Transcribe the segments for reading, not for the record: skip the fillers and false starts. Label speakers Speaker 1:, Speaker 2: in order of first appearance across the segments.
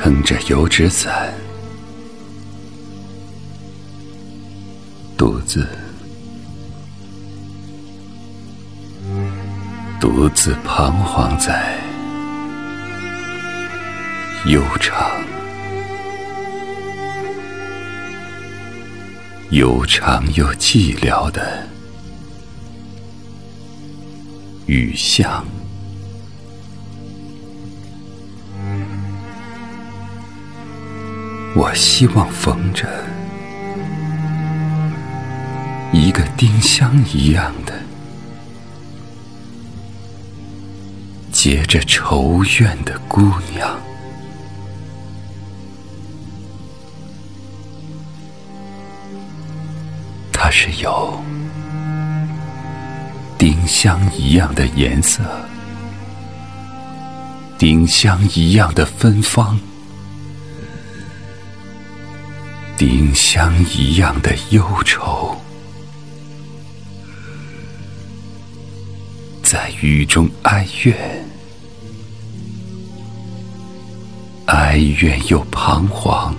Speaker 1: 撑着油纸伞，独自彷徨在悠长又寂寥的雨巷。我希望缝着一个丁香一样的结着愁怨的姑娘，它是有丁香一样的颜色，丁香一样的芬芳，丁香一样的忧愁，在雨中哀怨又彷徨。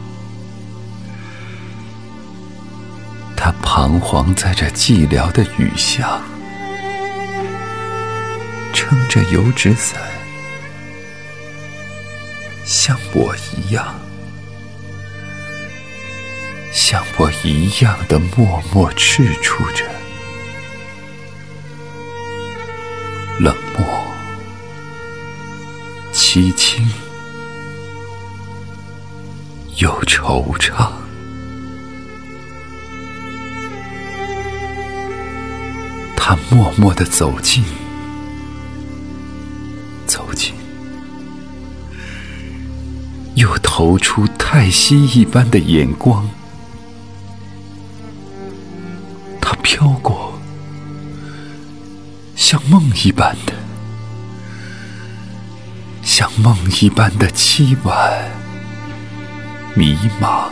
Speaker 1: 他彷徨在这寂寥的雨巷，撑着油纸伞，像我一样的默默踟蹰着，冷漠凄清又惆怅。他默默地走近，又投出叹息一般的眼光。他飘过，像梦一般的凄婉迷茫，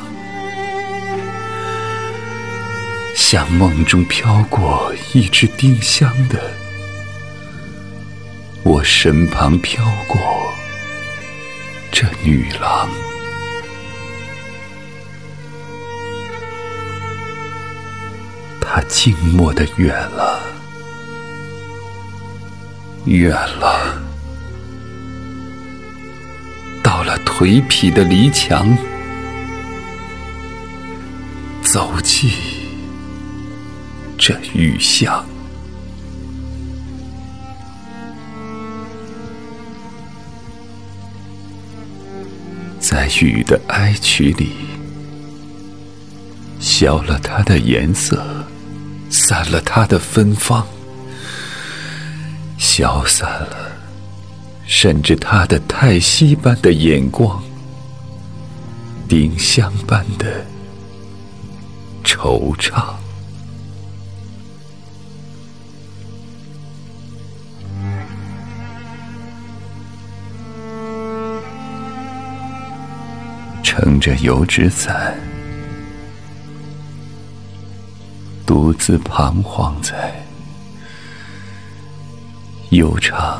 Speaker 1: 像梦中飘过一只丁香的我身旁飘过这女郎。她静默地远了，到了颓圮的篱墙，走进这雨巷。在雨的哀曲里，消了它的颜色，散了它的芬芳，消散了甚至它的叹息般的眼光，丁香般的惆怅。撑着油纸伞，独自彷徨在悠长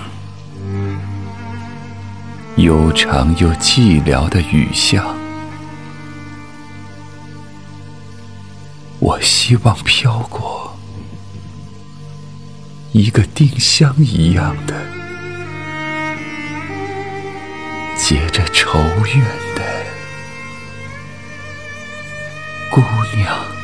Speaker 1: 又寂寥的雨巷。我希望飘过一个丁香一样的结着愁怨的姑娘。